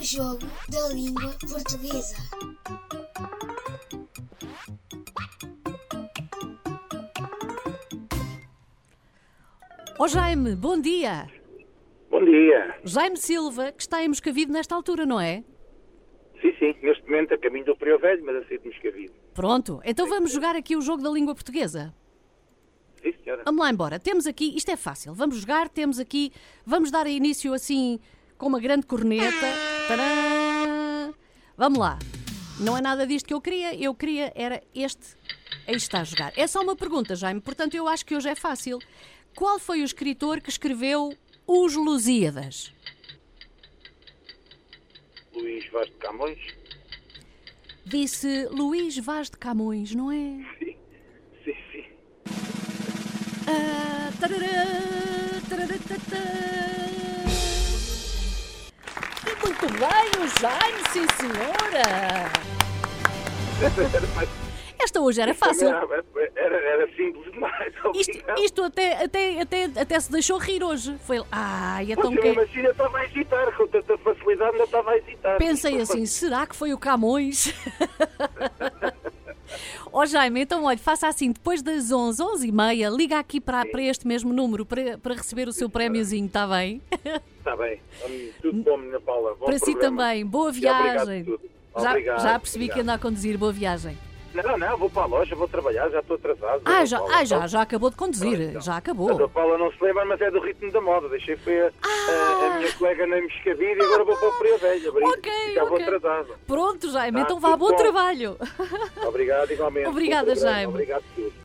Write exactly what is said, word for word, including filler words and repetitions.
O jogo da língua portuguesa. Ó Jaime, bom dia. Bom dia. Jaime Silva, que está em Moscavide nesta altura, não é? Sim, sim, neste momento a caminho do Rio Velho, mas a sair de Moscavide. Pronto, então vamos jogar aqui o jogo da língua portuguesa. Sim, senhora. Vamos lá embora. Temos aqui, isto é fácil, vamos jogar, temos aqui, vamos dar início assim com uma grande corneta. Tadã! Vamos lá. Não é nada disto que eu queria, eu queria era este. Aí está a jogar. É só uma pergunta, Jaime, portanto eu acho que hoje é fácil. Qual foi o escritor que escreveu Os Lusíadas? Luís Vaz de Camões? Disse Luís Vaz de Camões, não é? Sim, sim, sim. Ah, tarará, tarará, tarará. E muito bem, o Jaime, sim senhora! Era, mais- Esta hoje era fácil. era, era, era simples demais. Isto, obrigado. isto até, até, até, até se deixou rir hoje. Foi, ai, é tão Mas que... mesmo assim ainda estava a hesitar, com tanta facilidade ainda estava a hesitar. Pensei assim, será que foi o Camões? Ó Jaime, então olha, faça assim, depois das onze, onze e meia, liga aqui para, para este mesmo número para, para receber o seu prémiozinho, está bem? Está bem. Hum, Tudo bom, minha Paula. Bom Para si programa. também, boa E obrigado viagem. por tudo. Já, Obrigado, já percebi obrigado. que anda a conduzir, boa viagem. Não, não, vou para a loja, vou trabalhar, já estou atrasado. Ah, Dona já, Paula. ah, já, já acabou de conduzir, Então, já A acabou. Dona Paula não se lembra, mas é do ritmo da moda. Deixei foi a, a, a minha colega na Moscavide e agora vou para o Rio Velho. Abrir, Ok, já vou ok. atrasado. Pronto, Jaime, Tá, então vá, tudo bom bom. trabalho. Obrigado igualmente. Obrigada, Bom programa, Jaime. Obrigado por tudo.